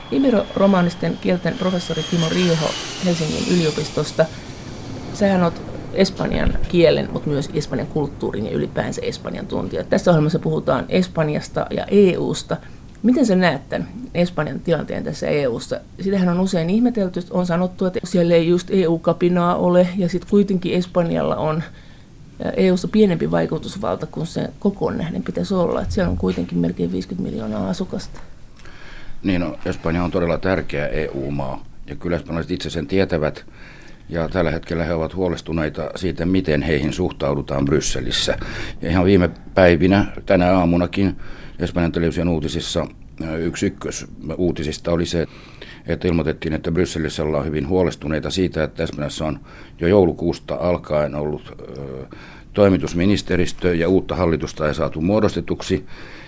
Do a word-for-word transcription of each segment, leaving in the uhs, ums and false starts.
Ibero-romaanisten kielten professori Timo Riiho Helsingin yliopistosta. Sähän olet espanjan kielen, mutta myös espanjan kulttuurin ja ylipäänsä espanjan tuntija. Tässä ohjelmassa puhutaan Espanjasta ja E U:sta. Miten sä näet tämän Espanjan tilanteen tässä E U:ssa? Sitähän on usein ihmetelty, on sanottu, että siellä ei just E U-kapinaa ole, ja sitten kuitenkin Espanjalla on E U:ssa pienempi vaikutusvalta kuin se kokoon nähden pitäisi olla. Että siellä on kuitenkin melkein viisikymmentä miljoonaa asukasta. Niin, no, Espanja on todella tärkeä E U-maa, ja kyllä espanjalaiset itse sen tietävät, ja tällä hetkellä he ovat huolestuneita siitä, miten heihin suhtaudutaan Brysselissä. Ja ihan viime päivinä, tänä aamunakin, Espanjan television uutisissa, yksi ykkös uutisista oli se, että ilmoitettiin, että Brysselissä ollaan hyvin huolestuneita siitä, että Espanjassa on jo joulukuusta alkaen ollut ö, toimitusministeristö ja uutta hallitusta ei saatu muodostetuksi.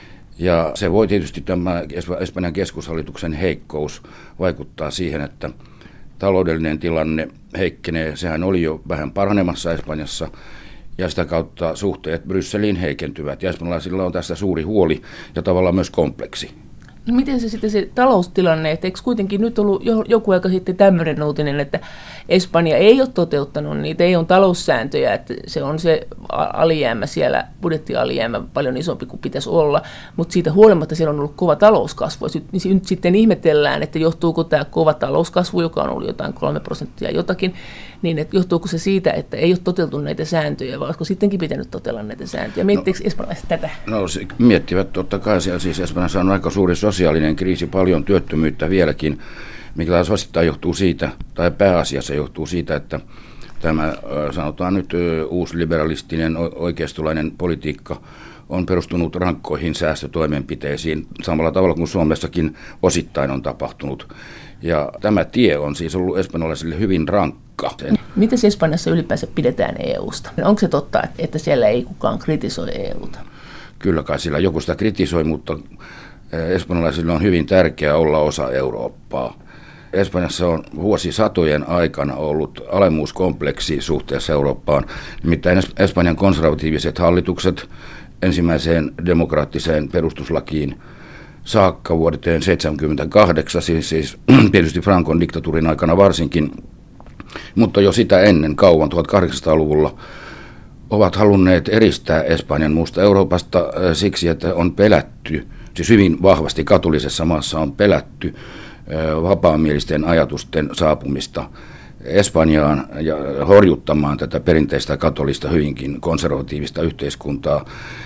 Ja se voi tietysti tämä Espanjan keskushallituksen heikkous vaikuttaa siihen, että taloudellinen tilanne heikkenee. Sehän oli jo vähän paranemassa Espanjassa ja sitä kautta suhteet Brysseliin heikentyvät. Ja espanjalaisilla on tässä suuri huoli ja tavallaan myös kompleksi. No miten se sitten se taloustilanne, että eikö kuitenkin nyt ollut jo, joku aika sitten tämmöinen uutinen, että Espanja ei ole toteuttanut niitä, ei ole taloussääntöjä, että se on se alijäämä siellä, budjettialijäämä paljon isompi kuin pitäisi olla, mutta siitä huolimatta siellä on ollut kova talouskasvu. Niin nyt sitten ihmetellään, että johtuuko tämä kova talouskasvu, joka on ollut jotain kolme prosenttia jotakin, niin että johtuuko se siitä, että ei ole toteutunut näitä sääntöjä, vai olisiko sittenkin pitänyt totella näitä sääntöjä? Miettikö no, espanjalaiset tätä? No miettivät totta kai, siis Espanjassa on aika suuri sosiaalinen kriisi, paljon työttömyyttä vieläkin, mikä taas osittain johtuu siitä, tai pääasiassa johtuu siitä, että tämä sanotaan nyt uusliberalistinen oikeistolainen politiikka on perustunut rankkoihin säästötoimenpiteisiin, samalla tavalla kuin Suomessakin osittain on tapahtunut. Ja tämä tie on siis ollut espanjalaisille hyvin rankka. Miten Espanjassa ylipäänsä pidetään E U:sta? Onko se totta, että siellä ei kukaan kritisoi E U:ta? Kyllä kai sillä joku sitä kritisoi, mutta espanjalaisille on hyvin tärkeää olla osa Eurooppaa. Espanjassa on vuosisatojen aikana ollut alemmuuskompleksi suhteessa Eurooppaan. Nimittäin Espanjan konservatiiviset hallitukset ensimmäiseen demokraattiseen perustuslakiin saakka vuoteen seitsemänkymmentäkahdeksan, siis, siis tietysti Francon diktatuurin aikana varsinkin, mutta jo sitä ennen kauan tuhatkahdeksansataaluvulla ovat halunneet eristää Espanjan muusta Euroopasta siksi, että on pelätty, siis hyvin vahvasti katolisessa maassa on pelätty vapaamielisten ajatusten saapumista Espanjaan ja horjuttamaan tätä perinteistä katolista hyvinkin konservatiivista yhteiskuntaa.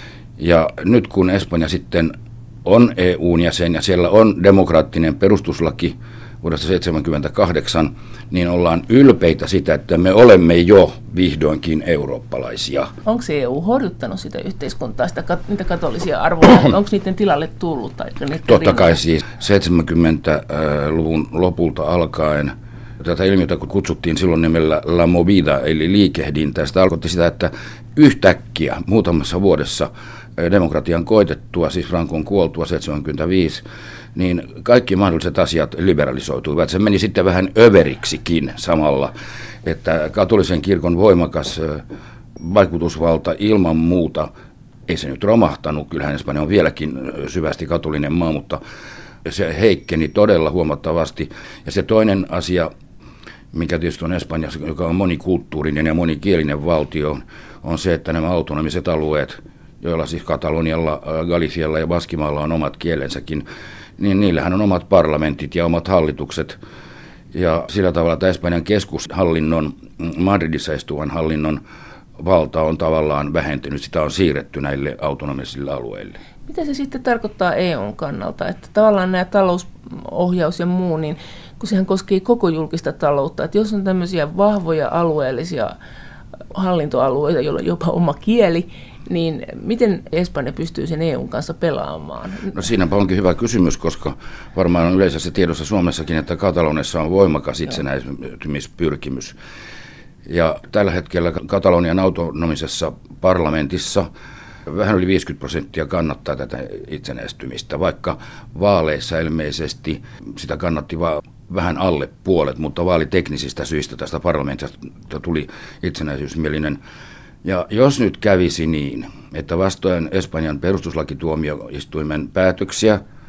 Ja nyt kun Espanja sitten on E U:n jäsen ja siellä on demokraattinen perustuslaki vuodesta seitsemänkymmentäkahdeksan, niin ollaan ylpeitä sitä, että me olemme jo vihdoinkin eurooppalaisia. Onko E U horjuttanut sitä yhteiskuntaa, sitä, niitä katolisia arvoja? Onko niiden tilalle tullut? Tai Totta kai siis seitsemänkymmentäluvun lopulta alkaen tätä ilmiötä kutsuttiin silloin nimellä La Movida, eli liikehdintä. Sitä tarkoitti sitä, että yhtäkkiä muutamassa vuodessa demokratian koitettua, siis Francon kuoltua seitsemänkymmentäviisi, niin kaikki mahdolliset asiat liberalisoituivat. Se meni sitten vähän överiksikin samalla, että katolisen kirkon voimakas vaikutusvalta ilman muuta, ei se nyt romahtanut, kyllähän Espanja on vieläkin syvästi katolinen maa, mutta se heikkeni todella huomattavasti. Ja se toinen asia, mikä tietysti on Espanjassa, joka on monikulttuurinen ja monikielinen valtio, on se, että nämä autonomiset alueet, joilla siis Katalonialla, Galicialla ja Baskimaalla on omat kielensäkin, niin niillähän on omat parlamentit ja omat hallitukset. Ja sillä tavalla, että Espanjan keskushallinnon, Madridissa istuvan hallinnon valta on tavallaan vähentynyt, sitä on siirretty näille autonomisille alueille. Mitä se sitten tarkoittaa E U:n kannalta, että tavallaan nämä talousohjaus ja muu, niin kun sehän koskee koko julkista taloutta, että jos on tämmöisiä vahvoja alueellisia hallintoalueita, joilla on jopa oma kieli, niin miten Espanja pystyy sen E U:n kanssa pelaamaan? No siinäpä onkin hyvä kysymys, koska varmaan on yleisessä tiedossa Suomessakin, että Kataloniassa on voimakas itsenäistymispyrkimys. Ja tällä hetkellä Katalonian autonomisessa parlamentissa vähän yli viisikymmentä prosenttia kannattaa tätä itsenäistymistä, vaikka vaaleissa ilmeisesti sitä kannatti vaan vähän alle puolet, mutta vaaliteknisistä syistä tästä parlamentista tuli itsenäisyysmielinen. Ja jos nyt kävisi niin, että vastoin Espanjan perustuslakituomioistuimen päätöksiä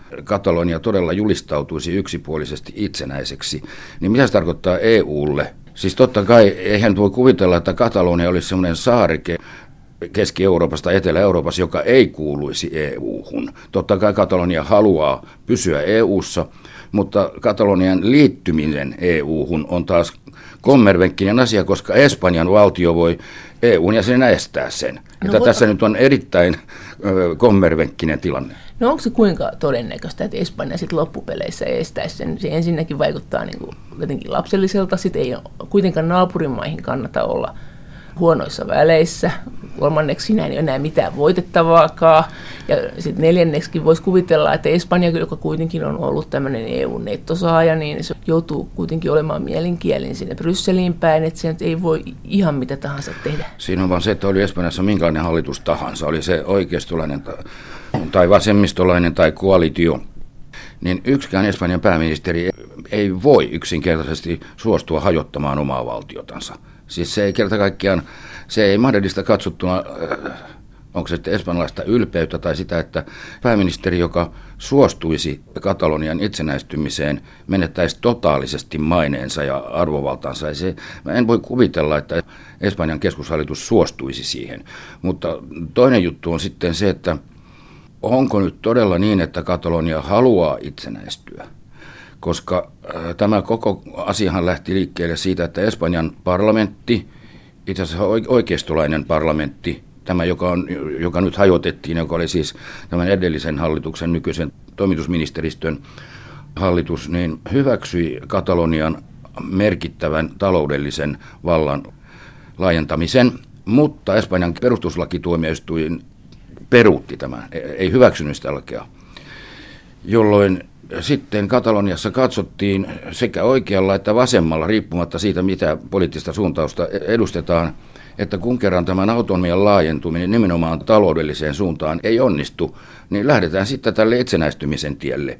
Katalonia todella julistautuisi yksipuolisesti itsenäiseksi, niin mitä se tarkoittaa E U:lle? Siis totta kai eihän voi kuvitella, että Katalonia olisi semmoinen saareke Keski-Euroopasta, Etelä-Euroopassa, joka ei kuuluisi E U:hun. Totta kai Katalonia haluaa pysyä E U:ssa, mutta Katalonian liittyminen E U:hun on taas kommervenkkinen asia, koska Espanjan valtio voi E U:n jäsenenä estää sen. No, että voi... Tässä nyt on erittäin ö, kommervenkkinen tilanne. No onko se kuinka todennäköistä, että Espanja sitten loppupeleissä estäisi sen? Se ensinnäkin vaikuttaa niin kuin jotenkin lapselliselta, sitten ei kuitenkaan naapurimaihin kannata olla huonoissa väleissä. Kolmanneksi siinä ei ole enää mitään voitettavaakaan. Ja sitten neljänneksi voisi kuvitella, että Espanja, joka kuitenkin on ollut tämmöinen E U-nettosaaja, niin se joutuu kuitenkin olemaan mielenkielin sinne Brysseliin päin, että se ei voi ihan mitä tahansa tehdä. Siinä on vaan se, että oli Espanjassa minkälainen hallitus tahansa, oli se oikeistolainen tai vasemmistolainen tai koalitio, niin yksikään Espanjan pääministeri ei voi yksinkertaisesti suostua hajottamaan omaa valtiotansa. Siis se ei kerta kaikkiaan, se ei mahdollista katsottuna, onko se sitten espanjalaista ylpeyttä tai sitä, että pääministeri, joka suostuisi Katalonian itsenäistymiseen, menettäisi totaalisesti maineensa ja arvovaltansa. Ja se, mä en voi kuvitella, että Espanjan keskushallitus suostuisi siihen. Mutta toinen juttu on sitten se, että onko nyt todella niin, että Katalonia haluaa itsenäistyä? Koska tämä koko asiahan lähti liikkeelle siitä, että Espanjan parlamentti, itse asiassa oikeistolainen parlamentti, tämä joka, on, joka nyt hajotettiin, joka oli siis tämän edellisen hallituksen nykyisen toimitusministeristön hallitus, niin hyväksyi Katalonian merkittävän taloudellisen vallan laajentamisen, mutta Espanjan perustuslakituomioistuin peruutti tämän, ei hyväksynyt sitä lakea, jolloin sitten Kataloniassa katsottiin sekä oikealla että vasemmalla, riippumatta siitä, mitä poliittista suuntausta edustetaan, että kun kerran tämän autonomian laajentuminen nimenomaan taloudelliseen suuntaan ei onnistu, niin lähdetään sitten tälle itsenäistymisen tielle.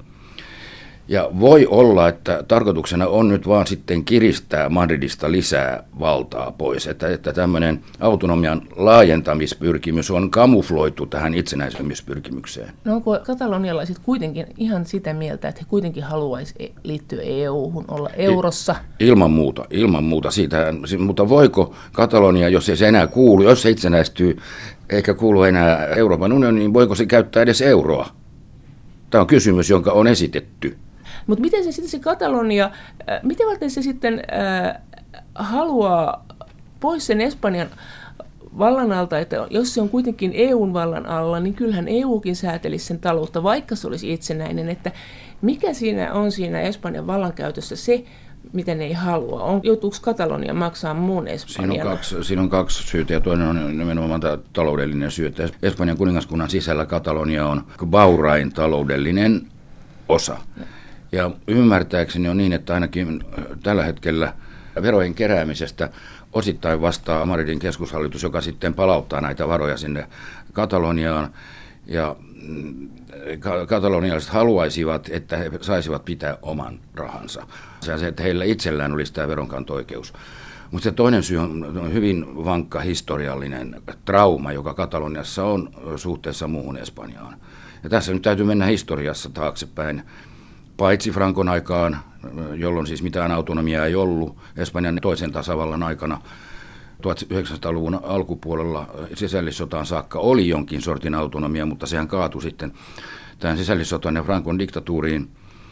Ja voi olla, että tarkoituksena on nyt vaan sitten kiristää Madridista lisää valtaa pois, että, että tämmöinen autonomian laajentamispyrkimys on kamufloitu tähän itsenäistymispyrkimykseen. No onko katalonialaiset kuitenkin ihan sitä mieltä, että he kuitenkin haluaisivat liittyä E U-hun, olla eurossa? Ilman muuta, ilman muuta siitä, mutta voiko Katalonia, jos ei se enää kuulu, jos se itsenäistyy eikä kuulu enää Euroopan unioniin, niin voiko se käyttää edes euroa? Tämä on kysymys, jonka on esitetty. Mutta miten se sitten se Katalonia, äh, miten varten se sitten äh, haluaa pois sen Espanjan vallan alta, että jos se on kuitenkin E U:n vallan alla, niin kyllähän E Ukin säätelisi sen taloutta, vaikka se olisi itsenäinen, että mikä siinä on siinä Espanjan vallankäytössä se, mitä ne ei halua? On, joutuuko Katalonia maksaa muun Espanjan? Siinä on kaksi, siinä on kaksi syytä ja toinen on nimenomaan tämä taloudellinen syy. Espanjan kuningaskunnan sisällä Katalonia on vaurain taloudellinen osa. Ja ymmärtääkseni on niin, että ainakin tällä hetkellä verojen keräämisestä osittain vastaa Madridin keskushallitus, joka sitten palauttaa näitä varoja sinne Kataloniaan. Ja katalonialaiset haluaisivat, että he saisivat pitää oman rahansa. Se on se, että heillä itsellään olisi tämä veronkanto-oikeus. Mutta se toinen syy on hyvin vankka historiallinen trauma, joka Kataloniassa on suhteessa muuhun Espanjaan. Ja tässä nyt täytyy mennä historiassa taaksepäin. Paitsi Francon aikaan, jolloin siis mitään autonomiaa ei ollut, Espanjan toisen tasavallan aikana tuhatyhdeksänsataaluvun alkupuolella sisällissotaan saakka oli jonkin sortin autonomia, mutta sehän kaatui sitten tähän sisällissotaan ja Francon diktatuuriin.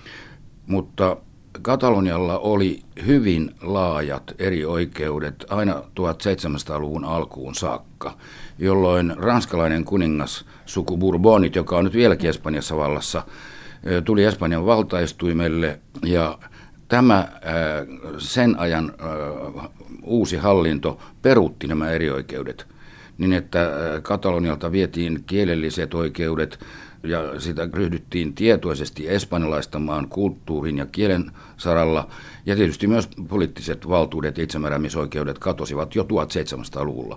Mutta Katalonialla oli hyvin laajat eri oikeudet aina tuhatseitsemänsataaluvun alkuun saakka, jolloin ranskalainen kuningas suku Bourbonit, joka on nyt vieläkin Espanjassa vallassa, tuli Espanjan valtaistuimelle ja tämä sen ajan uusi hallinto peruutti nämä erioikeudet niin, että Katalonialta vietiin kielelliset oikeudet ja sitä ryhdyttiin tietoisesti espanjalaistamaan kulttuurin ja kielen saralla ja tietysti myös poliittiset valtuudet ja itsemääräämisoikeudet katosivat jo tuhatseitsemänsataaluvulla.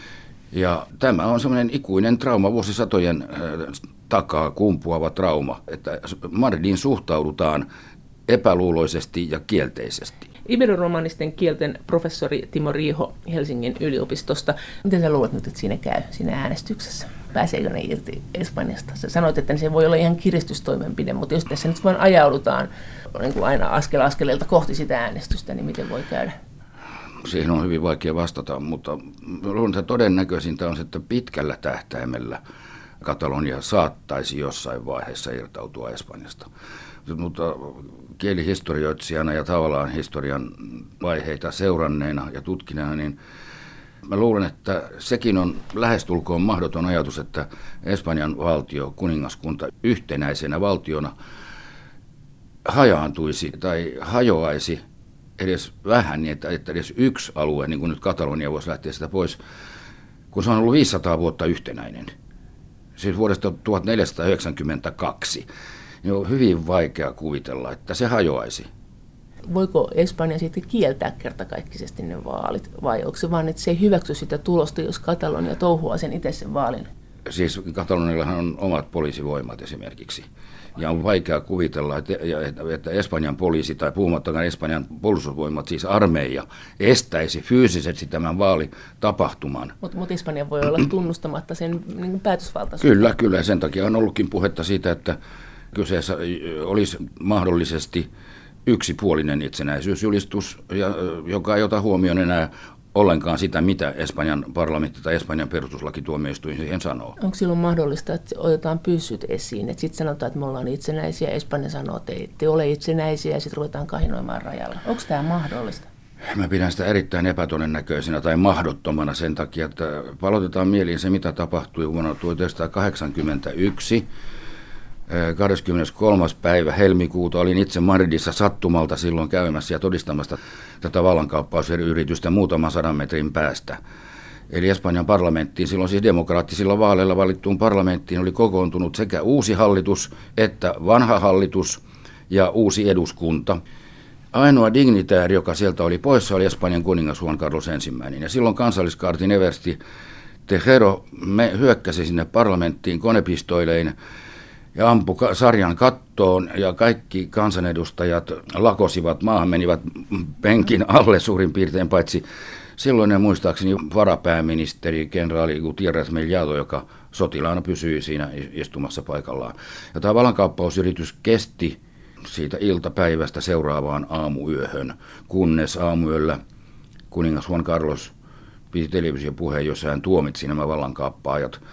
Ja tämä on semmoinen ikuinen trauma, vuosisatojen takaa kumpuava trauma, että Madridiin suhtaudutaan epäluuloisesti ja kielteisesti. Iberoromanisten kielten professori Timo Riiho Helsingin yliopistosta. Miten sä luulet nyt, että siinä käy siinä äänestyksessä? Pääseekö ne irti Espanjasta? Sä sanoit, että se voi olla ihan kiristystoimenpide, mutta jos tässä nyt vain ajaudutaan niin kuin aina askel askeleelta kohti sitä äänestystä, niin miten voi käydä? Siihen on hyvin vaikea vastata, mutta luulen, että todennäköisintä on se, että pitkällä tähtäimellä Katalonia saattaisi jossain vaiheessa irtautua Espanjasta. Mutta kielihistorioitsijana ja tavallaan historian vaiheita seuranneena ja tutkineena, niin mä luulen, että sekin on lähestulkoon mahdoton ajatus, että Espanjan valtio, kuningaskunta yhtenäisenä valtiona hajaantuisi tai hajoaisi edes vähän, niin että, että edes yksi alue, niin kuin nyt Katalonia, voisi lähteä sitä pois, kun se on ollut viisisataa vuotta yhtenäinen. Siis vuodesta tuhatneljäsataayhdeksänkymmentäkaksi. Niin on hyvin vaikea kuvitella, että se hajoaisi. Voiko Espanja sitten kieltää kertakaikkisesti ne vaalit, vai onko se vaan, että se ei hyväksy sitä tulosta, jos Katalonia touhuaa sen itse sen vaalin? Siis Kataloniallahan on omat poliisivoimat esimerkiksi. Ja on vaikea kuvitella, että, että Espanjan poliisi tai puhumattakaan Espanjan puolustusvoimat, siis armeija, estäisi fyysisesti tämän vaalitapahtuman. Mutta mut Espanja voi olla tunnustamatta sen niin päätösvaltaisuutta. Kyllä, kyllä. Sen takia on ollutkin puhetta siitä, että kyseessä olisi mahdollisesti yksipuolinen itsenäisyysjulistus, joka ei ota huomioon enää ollenkaan sitä, mitä Espanjan parlamentti tai Espanjan perustuslakituomioistuin siihen sanoo. Onko silloin mahdollista, että otetaan pyssyt esiin, että sitten sanotaan, että me ollaan itsenäisiä, Espanja sanoo, että ette ole itsenäisiä, ja sitten ruvetaan kahinoimaan rajalla. Onko tämä mahdollista? Mä pidän sitä erittäin epätodennäköisenä tai mahdottomana sen takia, että palautetaan mieliin se, mitä tapahtui vuonna tuhatyhdeksänsataakahdeksankymmentäyksi. kahdeskymmeneskolmas päivä helmikuuta olin itse Madridissa sattumalta silloin käymässä ja todistamassa tätä vallankaappausyritystä muutaman sadan metrin päästä. Eli Espanjan parlamenttiin, silloin siis demokraattisilla vaaleilla valittuun parlamenttiin oli kokoontunut sekä uusi hallitus että vanha hallitus ja uusi eduskunta. Ainoa dignitääri, joka sieltä oli poissa, oli Espanjan kuningas Juan Carlos ensimmäinen. Ja silloin kansalliskaartin eversti Tejero me hyökkäsi sinne parlamenttiin konepistoilein ja ampui sarjan kattoon, ja kaikki kansanedustajat lakosivat maahan, menivät penkin alle suurin piirtein, paitsi silloinen muistaakseni varapääministeri, kenraali Gutiérrez Mellado, joka sotilaana pysyi siinä istumassa paikallaan. Ja tämä vallankaappausyritys kesti siitä iltapäivästä seuraavaan aamuyöhön, kunnes aamuyöllä kuningas Juan Carlos piti televisiopuheen, jossa hän tuomitsi nämä vallankaappaajat.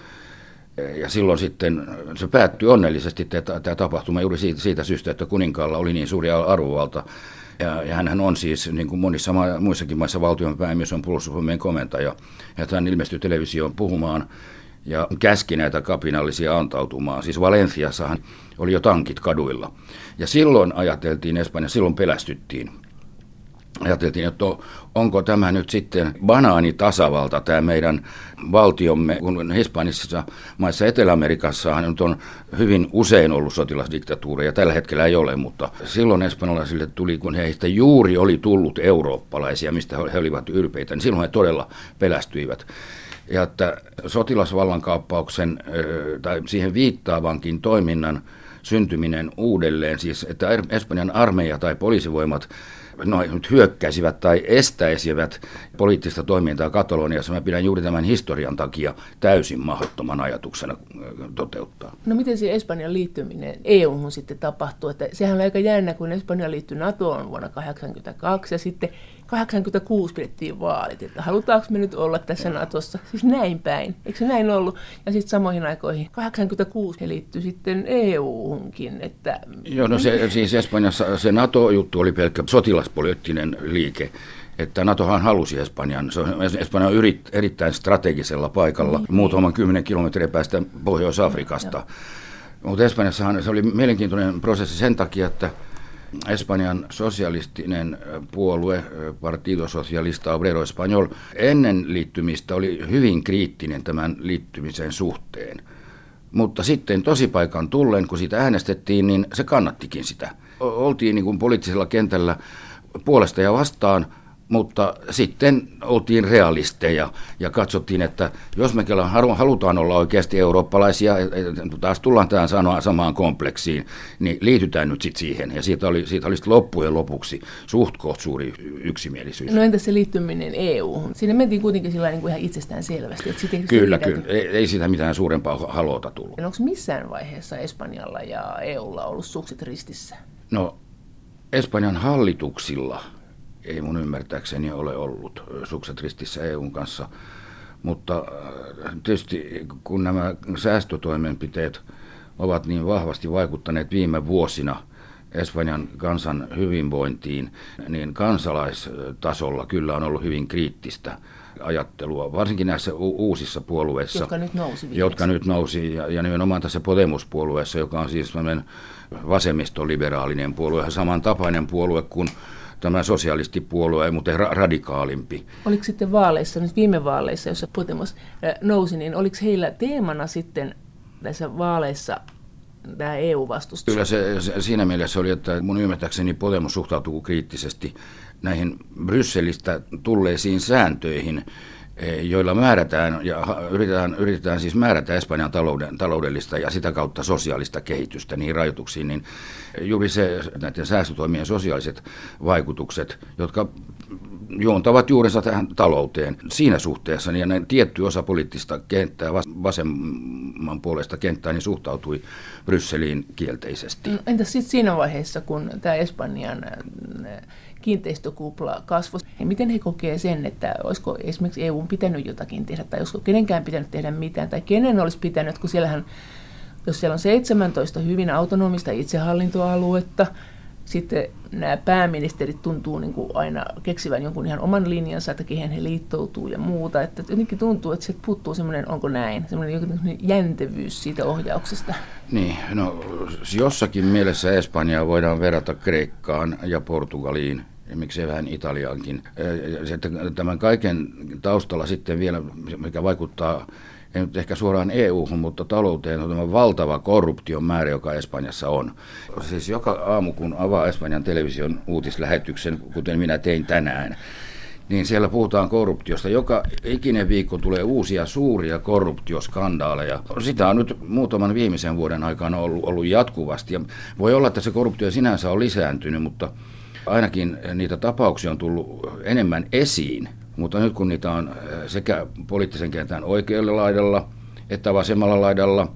Ja silloin sitten se päättyi onnellisesti tämä tapahtuma juuri siitä, siitä syystä, että kuninkaalla oli niin suuri arvovalta. Ja, ja hänhän on siis, niin kuin monissa ma- muissakin maissa valtionpäämies, on puolustusvoimien komentaja. Ja hän ilmestyi televisioon puhumaan ja käski näitä kapinallisia antautumaan. Siis Valenciassahan oli jo tankit kaduilla. Ja silloin ajateltiin Espanja, silloin pelästyttiin. Ajateltiin, että onko tämä nyt sitten banaanitasavalta, tämä meidän valtiomme, kun Hispanissa maissa Etelä-Amerikassahan nyt on hyvin usein ollut sotilasdiktatuureja, tällä hetkellä ei ole, mutta silloin espanjalaisille tuli, kun heistä juuri oli tullut eurooppalaisia, mistä he olivat ylpeitä, niin silloin he todella pelästyivät. Ja että sotilasvallankaappauksen tai siihen viittaavankin toiminnan syntyminen uudelleen, siis että Espanjan armeija tai poliisivoimat no, nyt hyökkäisivät tai estäisivät poliittista toimintaa Kataloniassa, mä pidän juuri tämän historian takia täysin mahdottoman ajatuksena toteuttaa. No miten se Espanjan liittyminen E U:hun sitten tapahtuu? Että sehän on aika jännä, kun Espanja liittyi NATOon vuonna kahdeksankymmentäkaksi ja sitten kahdeksankymmentäkuusi pidettiin vaalit, että halutaanko me nyt olla tässä NATOssa, siis näin päin, eikö se näin ollut? Ja sitten samoihin aikoihin kahdeksankymmentäkuusi he liittyi sitten E U:hunkin. Että joo, no se, siis Espanjassa se NATO-juttu oli pelkkä sotilaspoliittinen liike, että NATOhan halusi Espanjan, se on, Espanja on yrit, erittäin strategisella paikalla, niin, muutaman kymmenen kilometriä päästä Pohjois-Afrikasta. Mutta Espanjassahan se oli mielenkiintoinen prosessi sen takia, että Espanjan sosialistinen puolue, Partido Socialista Obrero Español, ennen liittymistä oli hyvin kriittinen tämän liittymisen suhteen. Mutta sitten tosipaikan tullen, kun sitä äänestettiin, niin se kannattikin sitä. Oltiin niin kuin poliittisella kentällä puolesta ja vastaan, Mutta sitten oltiin realisteja ja katsottiin, että jos me halutaan olla oikeasti eurooppalaisia, taas tullaan tähän samaan kompleksiin, niin liitytään nyt sitten siihen. Ja siitä oli, siitä oli loppujen lopuksi suht koht suuri yksimielisyys. No entäs se liittyminen E U-hun? Siinä mentiin kuitenkin sillä niin kuin ihan itsestään selvästi. Että ei kyllä, kyllä. Ei, ei siitä mitään suurempaa halota tullut. Onko missään vaiheessa Espanjalla ja E U:lla ollut sukset ristissä? No, Espanjan hallituksilla ei mun ymmärtääkseni ole ollut sukset ristissä E U:n kanssa, mutta tietysti kun nämä säästötoimenpiteet ovat niin vahvasti vaikuttaneet viime vuosina Espanjan kansan hyvinvointiin, niin kansalaistasolla kyllä on ollut hyvin kriittistä ajattelua, varsinkin näissä u- uusissa puolueissa, jotka nyt nousi, jotka nyt nousi ja, ja nimenomaan tässä Podemos-puolueessa, joka on siis vasemmistoliberaalinen puolue, samantapainen puolue kuin tämä sosialistipuolue, mutta ra- radikaalimpi. Oliko sitten vaaleissa, nyt viime vaaleissa, jossa Podemos nousi, niin oliko heillä teemana sitten tässä vaaleissa tämä E U-vastustus? Kyllä se, se siinä mielessä oli, että mun ymmärtääkseni Podemos suhtautuu kriittisesti näihin Brysselistä tulleisiin sääntöihin, joilla määrätään ja yritetään, yritetään siis määrätä Espanjan talouden, taloudellista ja sitä kautta sosiaalista kehitystä niihin rajoituksiin, niin juuri se näiden säästötoimien sosiaaliset vaikutukset, jotka juontavat juurensa tähän talouteen. Siinä suhteessa niin tietty osa poliittista kenttää, vasemman puolesta kenttää, niin suhtautui Brysseliin kielteisesti. No, entäs sitten siinä vaiheessa, kun tämä Espanjan kiinteistökupla kasvoi, niin miten he kokee sen, että olisiko esimerkiksi E U:n pitänyt jotakin tehdä, tai olisiko kenenkään pitänyt tehdä mitään, tai kenen olisi pitänyt, kun siellähän, jos siellä on seitsemäntoista hyvin autonomista itsehallintoaluetta, sitten nämä pääministerit tuntuu niin kuin aina keksivän jonkun ihan oman linjansa, että kehen he liittoutuu ja muuta. Että jotenkin tuntuu, että sieltä puuttuu semmoinen, onko näin, semmoinen jäntevyys siitä ohjauksesta. Niin, no jossakin mielessä Espanjaa voidaan verrata Kreikkaan ja Portugaliin, ja miksei vähän Italiaankin. Tämän kaiken taustalla sitten vielä, mikä vaikuttaa ei nyt ehkä suoraan E U:hun, mutta talouteen on tämä valtava korruption määrä, joka Espanjassa on. Siis joka aamu, kun avaa Espanjan television uutislähetyksen, kuten minä tein tänään, niin siellä puhutaan korruptiosta. Joka ikinen viikko tulee uusia suuria korruptioskandaaleja. Sitä on nyt muutaman viimeisen vuoden aikana ollut, ollut jatkuvasti. Ja voi olla, että se korruptio sinänsä on lisääntynyt, mutta ainakin niitä tapauksia on tullut enemmän esiin. Mutta nyt kun niitä on sekä poliittisen kentän oikealla laidalla että vasemmalla laidalla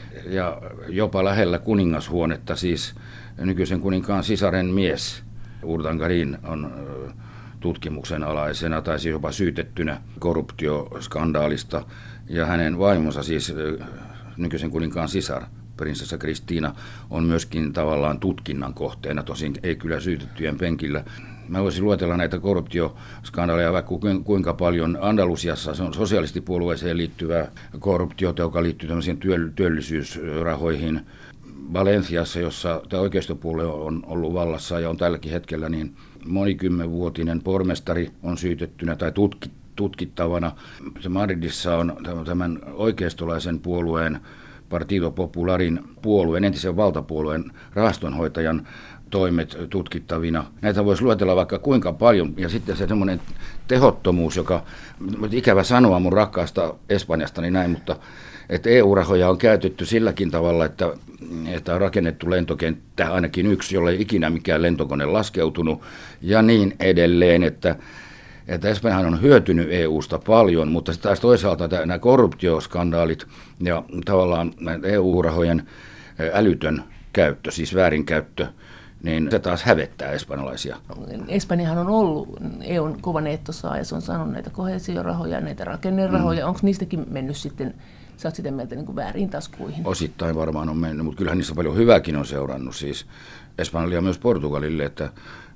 ja jopa lähellä kuningashuonetta, siis nykyisen kuninkaan sisaren mies Urdangarin on tutkimuksen alaisena tai siis jopa syytettynä korruptioskandaalista ja hänen vaimonsa siis nykyisen kuninkaan sisar prinsessa Kristiina on myöskin tavallaan tutkinnan kohteena, tosin ei kyllä syytettyjen penkillä. Mä voisin luetella näitä korruptioskandaaleja vaikka kuinka paljon. Andalusiassa se on sosialistipuolueeseen liittyvää korruptiota, joka liittyy tämmöisiin työllisyysrahoihin. Valenciassa, jossa tämä oikeistopuolue on ollut vallassa ja on tälläkin hetkellä, niin monikymmenvuotinen pormestari on syytettynä tai tutki, tutkittavana. Se Madridissa on tämän oikeistolaisen puolueen Partido Popularin puolueen, entisen valtapuolueen rahastonhoitajan toimet tutkittavina. Näitä voisi luetella vaikka kuinka paljon, ja sitten se semmoinen tehottomuus, joka, ikävä sanoa mun rakkaasta Espanjasta, niin näin, mutta että E U-rahoja on käytetty silläkin tavalla, että, että on rakennettu lentokenttä, ainakin yksi, jolle ei ikinä mikään lentokone laskeutunut, ja niin edelleen, että että Espanjahan on hyötynyt E U:sta paljon, mutta sitten taas toisaalta nämä korruptioskandaalit ja tavallaan E U-rahojen älytön käyttö, siis väärinkäyttö, niin se taas hävettää espanjalaisia. Espanjahan on ollut E U:n kova nettosaaja, se on saanut näitä koheesiorahoja, näitä rakennerahoja. Mm. Onko niistäkin mennyt sitten, sä oot sitä mieltä, niin kuin väärin taskuihin? Osittain varmaan on mennyt, mutta kyllähän niissä paljon hyvääkin on seurannut. Siis Espanjalle ja myös Portugalille, että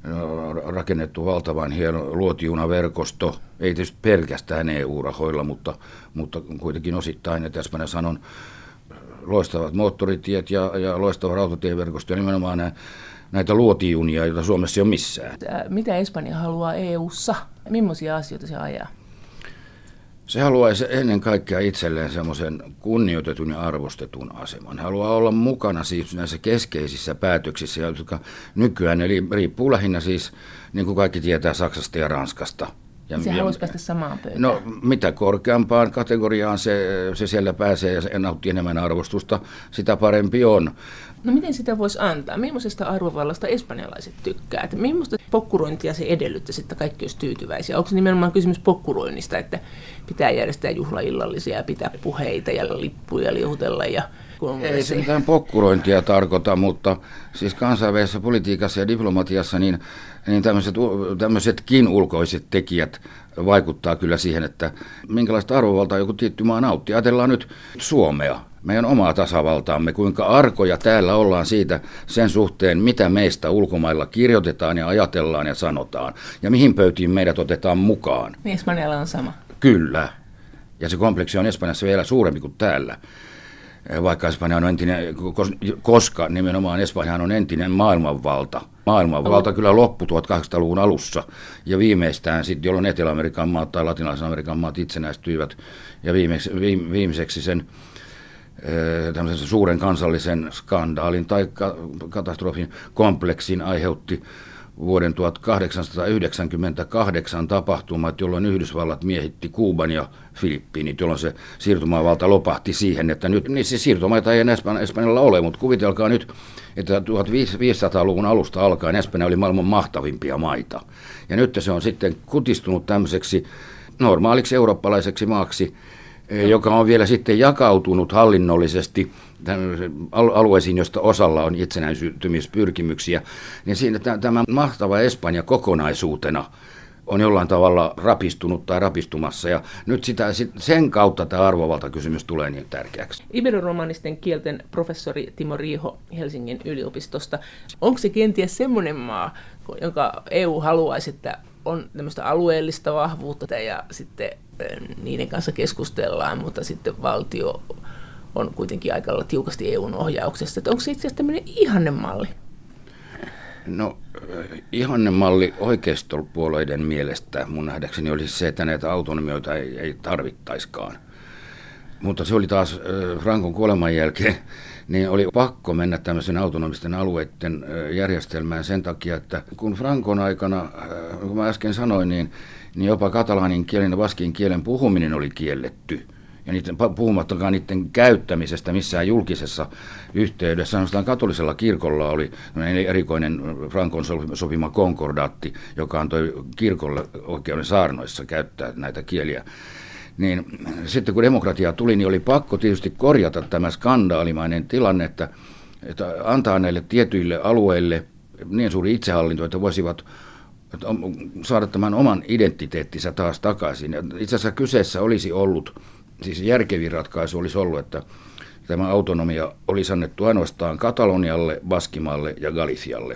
on rakennettu valtavan hieno luotijunaverkosto, ei tietysti pelkästään E U-rahoilla, mutta, mutta kuitenkin osittain, että Espanjassa on loistavat moottoritiet ja, ja loistava rautatieverkosto ja nimenomaan nämä, näitä luotijunia, joita Suomessa ei ole missään. Mitä Espanja haluaa E U:ssa? Millaisia asioita se ajaa? Se haluaisi ennen kaikkea itselleen semmoisen kunnioitetun ja arvostetun aseman. Haluaa olla mukana siis näissä keskeisissä päätöksissä, jotka nykyään eli riippuu lähinnä siis, niin kuin kaikki tietää, Saksasta ja Ranskasta. Ja, se haluaisi päästä samaan pöytään. No mitä korkeampaan kategoriaan se, se siellä pääsee ja nauttii enemmän arvostusta, sitä parempi on. No miten sitä voisi antaa? Millaisesta arvovallasta espanjalaiset tykkää? Että millaista pokkurointia se edellyttäisi, että kaikki olisi tyytyväisiä? Onko se nimenomaan kysymys pokkuroinnista, että pitää järjestää juhlaillallisia ja pitää puheita ja lippuja liuhutella ja... Ei se mitään pokkurointia tarkoita, mutta siis kansainvälisessä politiikassa ja diplomatiassa niin, niin tämmöiset, tämmöisetkin ulkoiset tekijät vaikuttaa kyllä siihen, että minkälaista arvovaltaa joku tietty maa nauttii. Ajatellaan nyt Suomea, meidän omaa tasavaltaamme, kuinka arkoja täällä ollaan siitä sen suhteen, mitä meistä ulkomailla kirjoitetaan ja ajatellaan ja sanotaan, ja mihin pöytiin meidät otetaan mukaan. Niin Espanjalla on sama. Kyllä, ja se kompleksi on Espanjassa vielä suurempi kuin täällä. Vaikka Espanja on entinen, koska nimenomaan Espanja on entinen maailmanvalta. Maailmanvalta kyllä loppui tuhatkahdeksansataaluvun alussa ja viimeistään sitten, jolloin Etelä-Amerikan maat tai Latinalaisen Amerikan maat itsenäistyivät ja viimeksi, viimeiseksi sen tämmöisen suuren kansallisen skandaalin tai katastrofin kompleksin aiheutti vuoden tuhatkahdeksansataayhdeksänkymmentäkahdeksan tapahtumat, jolloin Yhdysvallat miehitti Kuuban ja Filippiinit, jolloin se siirtomaavalta lopahti siihen, että nyt niin se siirtomaita ei enää Espanjalla ole, mutta kuvitelkaa nyt, että tuhatviisisataaluvun alusta alkaen Espanja oli maailman mahtavimpia maita. Ja nyt se on sitten kutistunut tämmöiseksi normaaliksi eurooppalaiseksi maaksi, joka on vielä sitten jakautunut hallinnollisesti alueisiin, joista osalla on itsenäistymispyrkimyksiä, niin siinä tämä mahtava Espanja kokonaisuutena on jollain tavalla rapistunut tai rapistumassa, ja nyt sitä, sen kautta tämä arvovaltakysymys tulee niin tärkeäksi. Iberoromanisten kielten professori Timo Riiho Helsingin yliopistosta. Onko se kenties semmoinen maa, jonka E U haluaisi, että on tämmöistä alueellista vahvuutta ja sitten niiden kanssa keskustellaan, mutta sitten valtio on kuitenkin aika lailla tiukasti E U:n ohjauksessa. Että onko se itse asiassa tämmöinen ihannemalli? No ihannemalli oikeistopuolueiden mielestä mun nähdäkseni olisi se, että näitä autonomioita ei, ei tarvittaiskaan. Mutta se oli taas Francon kuoleman jälkeen, niin oli pakko mennä tämmöisen autonomisten alueiden järjestelmään sen takia, että kun Francon aikana, kun mä äsken sanoin, niin, niin jopa katalaanin kielen ja baskin kielen puhuminen oli kielletty. Ja niiden, puhumattakaan niiden käyttämisestä missään julkisessa yhteydessä. Ainoastaan katolisella kirkolla oli erikoinen Francon sopima konkordaatti, joka antoi kirkolle oikeuden saarnoissa käyttää näitä kieliä. Niin sitten kun demokratia tuli, niin oli pakko tietysti korjata tämä skandaalimainen tilanne, että, että antaa näille tietyille alueille niin suuri itsehallinto, että voisivat saada tämän oman identiteettinsä taas takaisin. Ja itse asiassa kyseessä olisi ollut, siis järkevin ratkaisu olisi ollut, että tämä autonomia olisi annettu ainoastaan Katalonialle, Baskimalle ja Galicialle.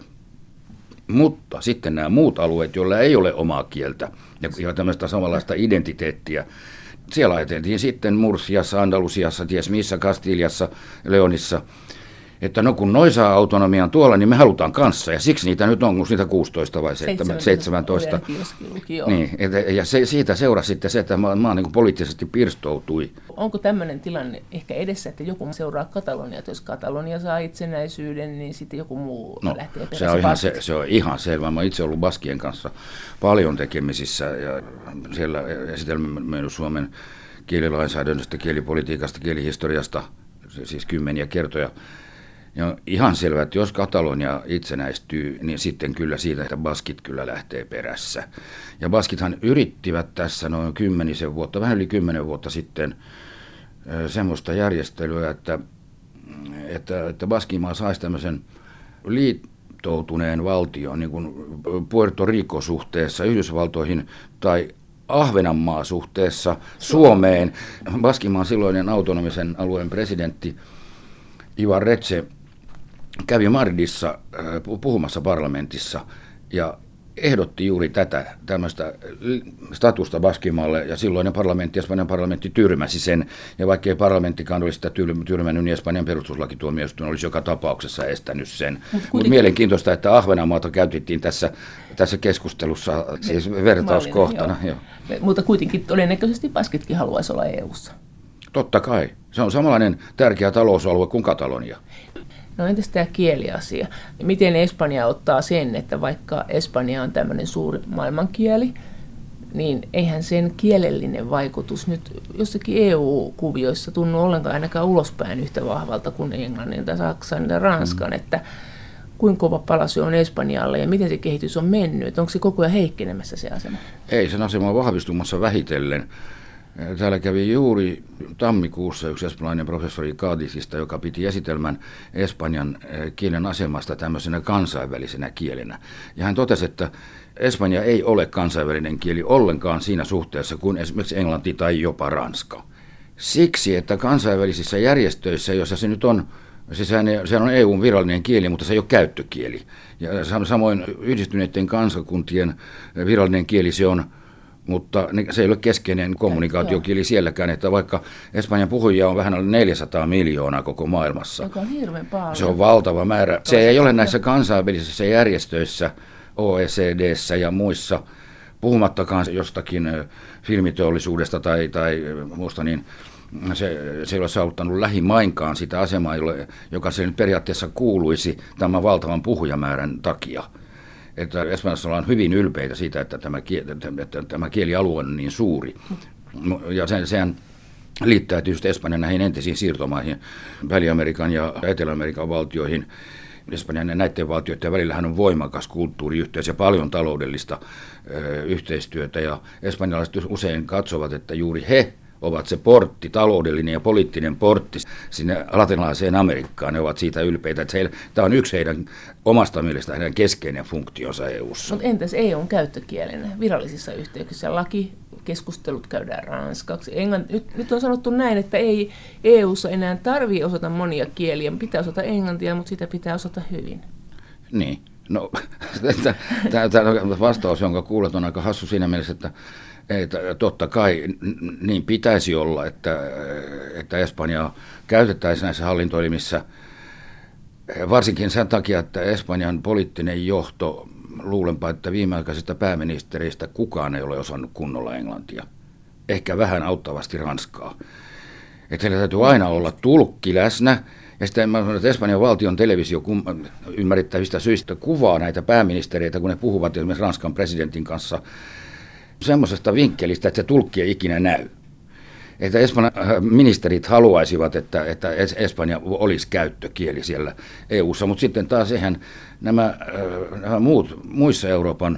Mutta sitten nämä muut alueet, joilla ei ole omaa kieltä ja tämmöistä samanlaista identiteettiä, siellä ajateltiin sitten Murciassa, Andalusiassa, ties missä, Kastiliassa, Leonissa, että no kun noi saa autonomian tuolla, niin me halutaan kanssa. Ja siksi niitä nyt on, kun niitä kuusitoista vai seitsemäntoista. Niin, ja se, siitä seurasi sitten se, että maa, maa niin kuin poliittisesti pirstoutui. Onko tämmöinen tilanne ehkä edessä, että joku seuraa Kataloniaa, että jos Katalonia saa itsenäisyyden, niin sitten joku muu no, lähtee perässä? Se on, ihan se, se on ihan selvä. Mä itse ollut baskien kanssa paljon tekemisissä ja siellä esitelmä Suomen kielilainsäädännöstä, kielipolitiikasta, kielihistoriasta, siis kymmeniä kertoja. Ja on ihan selvää, että jos Katalonia itsenäistyy, niin sitten kyllä siitä, että baskit kyllä lähtee perässä. Ja baskithan yrittivät tässä noin kymmenisen vuotta, vähän yli kymmenen vuotta sitten, semmoista järjestelyä, että, että, että Baskimaa saisi tämmöisen liittoutuneen valtion, niin kuin Puerto Rico suhteessa Yhdysvaltoihin tai Ahvenanmaa suhteessa Suomeen. Baskimaan silloinen autonomisen alueen presidentti Ibarretxe kävi Madridissa puhumassa parlamentissa ja ehdotti juuri tätä, tämmöistä statusta Baskimalle, ja silloinen parlamentti, Espanjan parlamentti tyrmäsi sen, ja vaikkei parlamenttikaan olisi sitä tyrmännyt, niin Espanjan perustuslakituomioistuin olisi joka tapauksessa estänyt sen. Mutta kuitenkin... mielenkiintoista, että Ahvenanmaata käytettiin tässä, tässä keskustelussa siis vertauskohtana. Joo. Joo. Mutta kuitenkin todennäköisesti Baskitkin haluaisi olla E U:ssa. Totta kai. Se on samanlainen tärkeä talousalue kuin Katalonia. No entäs tämä kieliasia? Miten Espanja ottaa sen, että vaikka Espanja on tämmöinen suuri maailmankieli, niin eihän sen kielellinen vaikutus nyt jossakin E U-kuvioissa tunnu ollenkaan ainakaan ulospäin yhtä vahvalta kuin Englannin tai Saksan tai Ranskan, mm. että kuinka kova pala se on Espanjalle ja miten se kehitys on mennyt? Onko se koko ajan heikkenemässä se asema? Ei, sen asema on vahvistumassa vähitellen. Täällä kävi juuri tammikuussa yksi espanjalainen professori Cádizista, joka piti esitelmän espanjan kielen asemasta tämmöisenä kansainvälisenä kielenä. Ja hän totesi, että Espanja ei ole kansainvälinen kieli ollenkaan siinä suhteessa kuin esimerkiksi englanti tai jopa ranska. Siksi, että kansainvälisissä järjestöissä, joissa se nyt on, siis sehän on E U:n virallinen kieli, mutta se ei ole käyttökieli. Ja samoin yhdistyneiden kansakuntien virallinen kieli se on, mutta se ei ole keskeinen kommunikaatiokieli sielläkään, että vaikka Espanjan puhujia on vähän alle neljäsataa miljoonaa koko maailmassa. Joka on hirveän paljon. Se on valtava määrä. Se ei ole näissä kansainvälisissä järjestöissä, O E C D:ssä ja muissa, puhumattakaan jostakin filmiteollisuudesta tai, tai muusta, niin se, se ei ole saavuttanut lähimainkaan sitä asemaa, joka se nyt periaatteessa kuuluisi tämän valtavan puhujamäärän takia. Että Espanjassa ollaan hyvin ylpeitä siitä, että tämä, kieli, että tämä kielialue on niin suuri. Ja sen, sehän liittää tietysti Espanjan näihin entisiin siirtomaihin, Väli-Amerikan ja Etelä-Amerikan valtioihin. Espanjan ja näiden valtioiden välillähän on voimakas kulttuuriyhteys ja paljon taloudellista ö, yhteistyötä. Ja espanjalaiset usein katsovat, että juuri he ovat se portti, taloudellinen ja poliittinen portti sinne latinalaiseen Amerikkaan. Ne ovat siitä ylpeitä, että heillä, tämä on yksi heidän omasta mielestään heidän keskeinen funktionsa E U:ssa. Mutta entäs E U:n käyttökielenä virallisissa yhteyksissä? Lakikeskustelut käydään ranskaksi. Englanti, nyt, nyt on sanottu näin, että ei E U:ssa enää tarvitse osata monia kieliä. Pitää osata englantia, mutta sitä pitää osata hyvin. Niin. No, tämä vastaus, jonka kuulet, on aika hassu siinä mielessä, että Ei, totta kai niin pitäisi olla, että, että Espanjaa käytettäisiin näissä hallintoelimissä, varsinkin sen takia, että Espanjan poliittinen johto, luulenpa, että viimeaikaisista pääministereistä kukaan ei ole osannut kunnolla englantia, ehkä vähän auttavasti ranskaa. Että heillä täytyy aina olla tulkki läsnä. Ja sitten mä sanon, että Espanjan valtion televisio ymmärrettävistä syistä kuvaa näitä pääministereitä, kun ne puhuvat esimerkiksi Ranskan presidentin kanssa semmoisesta vinkkelistä, että se tulkki ei ikinä näy. Että Espanjan ministerit haluaisivat, että, että Espanja olisi käyttökieli siellä E U:ssa, mutta sitten taas eihän nämä, nämä muut, muissa Euroopan,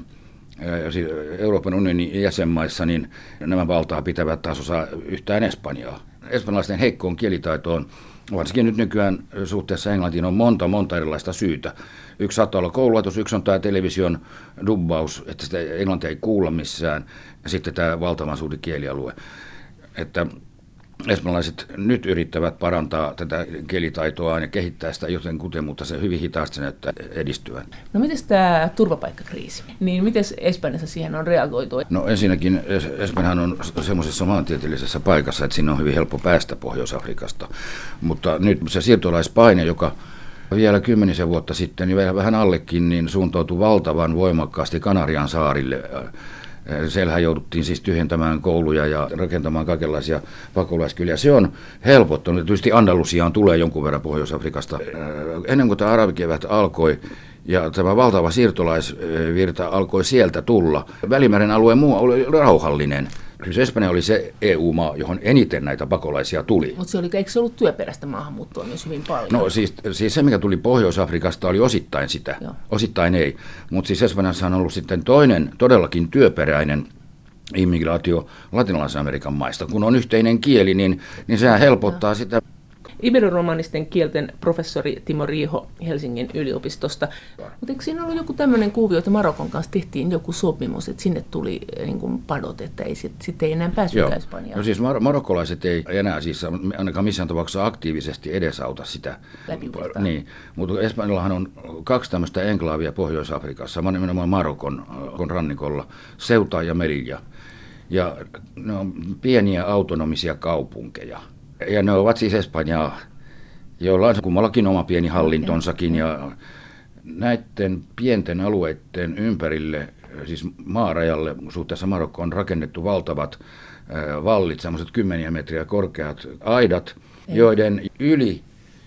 Euroopan unionin jäsenmaissa, niin nämä valtaa pitävät taas osaa yhtään Espanjaa. Espanjalaisten heikkoon kielitaitoon, varsinkin nyt nykyään suhteessa Englantiin, on monta, monta erilaista syytä. Yksi saattaa olla koululaitos, yksi on tämä television dubbaus, että sitä englantia ei kuulla missään, ja sitten tämä valtavan suuri kielialue. Että espanjalaiset nyt yrittävät parantaa tätä kielitaitoa ja kehittää sitä jotenkuten, mutta se hyvin hitaasti se näyttää edistyvän. No miten tämä turvapaikkakriisi? Niin miten Espanjassa siihen on reagoitu? No ensinnäkin Espanjahan on semmoisessa maantieteellisessä paikassa, että sinne on hyvin helppo päästä Pohjois-Afrikasta. Mutta nyt se siirtolaispaine, joka vielä kymmenisen vuotta sitten, niin vähän allekin, niin suuntautui valtavan voimakkaasti Kanarian saarille. Siellähän jouduttiin siis tyhjentämään kouluja ja rakentamaan kaikenlaisia pakolaiskyliä. Se on helpottanut. Tietysti Andalusiaan tulee jonkun verran Pohjois-Afrikasta. Ennen kuin tämä arabikevät alkoi ja tämä valtava siirtolaisvirta alkoi sieltä tulla, Välimeren alueen muu oli rauhallinen. Kyllä Espanja oli se E U-maa, johon eniten näitä pakolaisia tuli. Mutta se oli, eikö se ollut työperäistä maahanmuuttoa myös hyvin paljon? No siis, siis se, mikä tuli Pohjois-Afrikasta, oli osittain sitä. Joo. Osittain ei. Mutta siis Espanjassa on ollut sitten toinen todellakin työperäinen immigraatio latinalaisen Amerikan maista. Kun on yhteinen kieli, niin, niin sehän helpottaa sitä. Iberoromanisten kielten professori Timo Riiho Helsingin yliopistosta. Mutta eikö siinä ollut joku tämmöinen kuvio, että Marokon kanssa tehtiin joku sopimus, että sinne tuli niin kuin padot, että ei, sit, sit ei enää päässyt Espanjaan? No siis mar- marokkolaiset ei enää siis ainakaan missään tapauksessa aktiivisesti edesauta sitä. Niin, mutta Espanjallahan on kaksi tämmöistä enklaavia Pohjois-Afrikassa, nimenomaan Marokon rannikolla, Ceuta ja Melilla. Ja ne on pieniä autonomisia kaupunkeja. Ja ne ovat siis Espanjaa, joilla on kummallakin oma pieni hallintonsakin. Ja näiden pienten alueiden ympärille, siis maarajalle suhteessa Marokkoon, on rakennettu valtavat vallit, semmoiset kymmeniä metriä korkeat aidat, joiden yli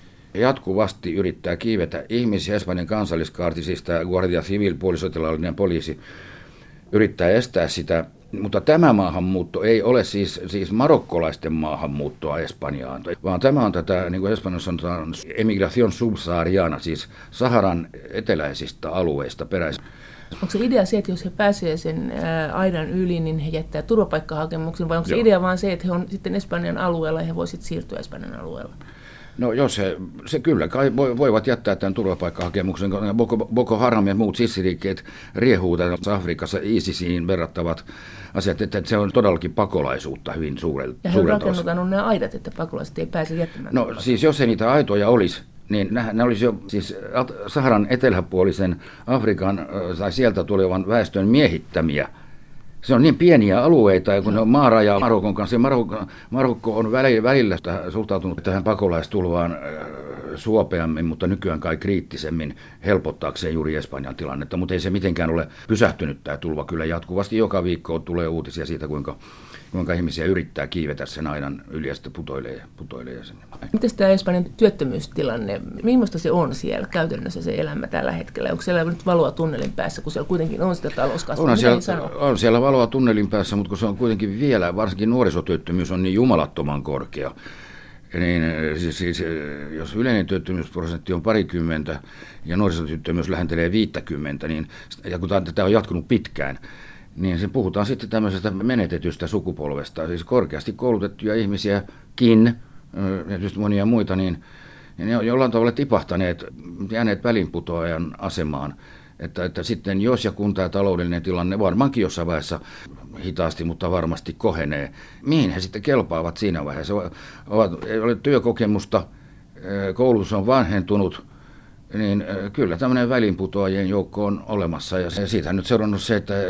jatkuvasti yrittää kiivetä ihmisiä. Espanjan kansalliskaartisista, Guardia Civil, puolisotilaallinen poliisi, yrittää estää sitä. Mutta tämä maahanmuutto ei ole siis, siis marokkolaisten maahanmuuttoa Espanjaan, vaan tämä on tätä, niin kuin Espanjassa sanotaan, emigración subsahariana, siis Saharan eteläisistä alueista peräisin. Onko se idea se, että jos he pääsevät sen aidan yli, niin he jättää turvapaikkahakemuksen, vai onko se Joo. idea vaan se, että he on sitten Espanjan alueella ja he voisivat siirtyä Espanjan alueella? No jos he, se kyllä kai voivat jättää tämän turvapaikkahakemuksen, Boko, Boko Haram ja muut sissiliikkeet riehuu tässä Afrikassa ISISiin verrattavat asiat, että se on todellakin pakolaisuutta hyvin suurelta. Ja he on rakennuttanut nämä aidat, että pakolaiset ei pääse jättämään. No siis jos ei niitä aitoja olisi, niin nämä olisi jo siis Saharan eteläpuolisen Afrikan tai sieltä tulevan väestön miehittämiä. Se on niin pieniä alueita, ja kun ne on maaraja Marokon kanssa, ja Marokko, Marokko on välillä suhtautunut tähän pakolaistulvaan suopeammin, mutta nykyään kai kriittisemmin helpottaakseen juuri Espanjan tilannetta, mutta ei se mitenkään ole pysähtynyt tämä tulva. Kyllä jatkuvasti joka viikko tulee uutisia siitä, kuinka, kuinka ihmisiä yrittää kiivetä sen aidan yli ja sitten putoilee, putoilee sen. Miten tämä Espanjan työttömyystilanne, millaista se on siellä käytännössä se elämä tällä hetkellä? Onko siellä nyt valoa tunnelin päässä, kun siellä kuitenkin on sitä talouskasvua? On siellä, on siellä valoa tunnelin päässä, mutta kun se on kuitenkin vielä, varsinkin nuorisotyöttömyys on niin jumalattoman korkea. Niin, siis, siis, jos yleinen työttömyysprosentti on parikymmentä ja nuorisotyöttömyys lähentelee viittäkymmentä, niin, ja kun tämä on jatkunut pitkään, niin se puhutaan sitten tämmöisestä menetetystä sukupolvesta, siis korkeasti koulutettuja ihmisiäkin, ja tietysti monia muita, niin, niin ne on jollain tavalla tipahtaneet, jääneet välinputoajan asemaan. Että, että sitten jos ja kun tämä taloudellinen tilanne varmaankin jossain vaiheessa hitaasti, mutta varmasti kohenee, mihin he sitten kelpaavat siinä vaiheessa? Ovat, ei ole työkokemusta, koulutus on vanhentunut, niin kyllä tämmöinen välinputoajien joukko on olemassa. Ja siitä on nyt seurannut se, että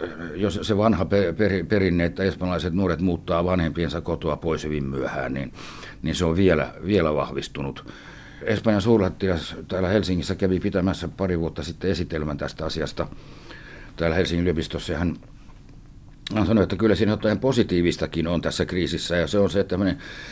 jos se vanha perinne, että espanjalaiset nuoret muuttaa vanhempiensa kotoa pois hyvin myöhään, niin, niin se on vielä, vielä vahvistunut. Espanjan suurlähettiläs täällä Helsingissä kävi pitämässä pari vuotta sitten esitelmän tästä asiasta täällä Helsingin yliopistossa. Ja hän, hän sanoi, että kyllä siinä jotain positiivistakin on tässä kriisissä. Ja se on se, että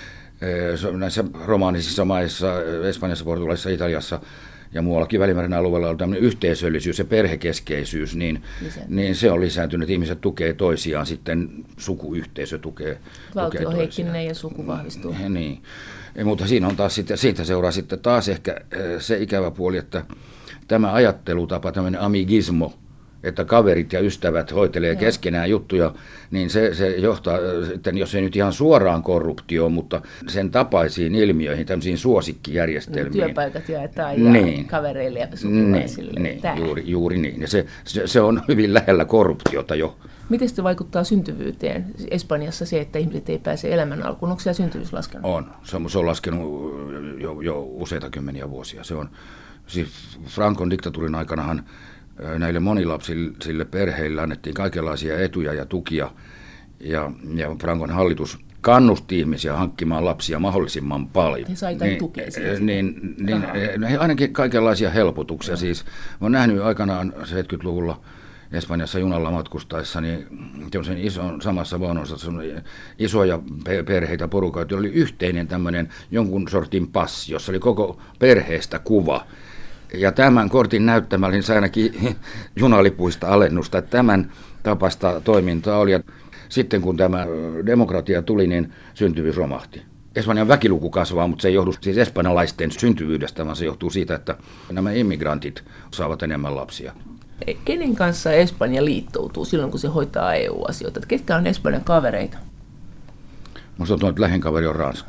näissä romaanisissa maissa, Espanjassa, Portugalissa, Italiassa ja muuallakin Välimeren alueella on tämmöinen yhteisöllisyys ja perhekeskeisyys, niin, niin se on lisääntynyt. Ihmiset tukee toisiaan, sitten sukuyhteisö tukee, Valtio tukee heikkenee ja suku vahvistuu. Niin. Mutta siinä on taas sitten, siitä seuraa sitten taas ehkä se ikävä puoli, että tämä ajattelutapa, tämmöinen amigismo, että kaverit ja ystävät hoitelee ja. keskenään juttuja, niin se, se johtaa sitten, jos ei nyt ihan suoraan korruptioon, mutta sen tapaisiin ilmiöihin, tämmöisiin suosikkijärjestelmiin. Työpaikat jaetaan ja niin. kavereille ja sukulaisille. Niin, niin. Juuri, juuri niin. Ja se, se, se on hyvin lähellä korruptiota jo. Miten se vaikuttaa syntyvyyteen Espanjassa se, että ihmiset ei pääse elämän alkuun? Onko siellä syntyvyys laskenut? On. Se on, se on laskenut jo, jo useita kymmeniä vuosia. Se on, siis Francon diktatuurin aikanahan näille monilapsille perheille annettiin kaikenlaisia etuja ja tukia, ja, ja Francon hallitus kannusti ihmisiä hankkimaan lapsia mahdollisimman paljon. He sai niin, tukea siitä. Niin, niin, niin, ainakin kaikenlaisia helpotuksia. No. Siis, olen nähnyt aikanaan seitsemänkymmentäluvulla Espanjassa junalla matkustaessa, niin ison, samassa vaunussa isoja perheitä, porukoita, joilla oli yhteinen tämmöinen jonkun sortin passi, jossa oli koko perheestä kuva. Ja tämän kortin näyttämällä niin ainakin junalipuista alennusta, että tämän tapasta toimintaa oli. Ja sitten kun tämä demokratia tuli, niin syntyvyys romahti. Espanjan väkiluku kasvaa, mutta se ei johdu siis espanjalaisten syntyvyydestä, vaan se johtuu siitä, että nämä immigrantit saavat enemmän lapsia. Kenen kanssa Espanja liittoutuu silloin, kun se hoitaa E U-asioita? Ketkä on Espanjan kavereita? Minusta on tuo, että lähin kaveri on Ranska.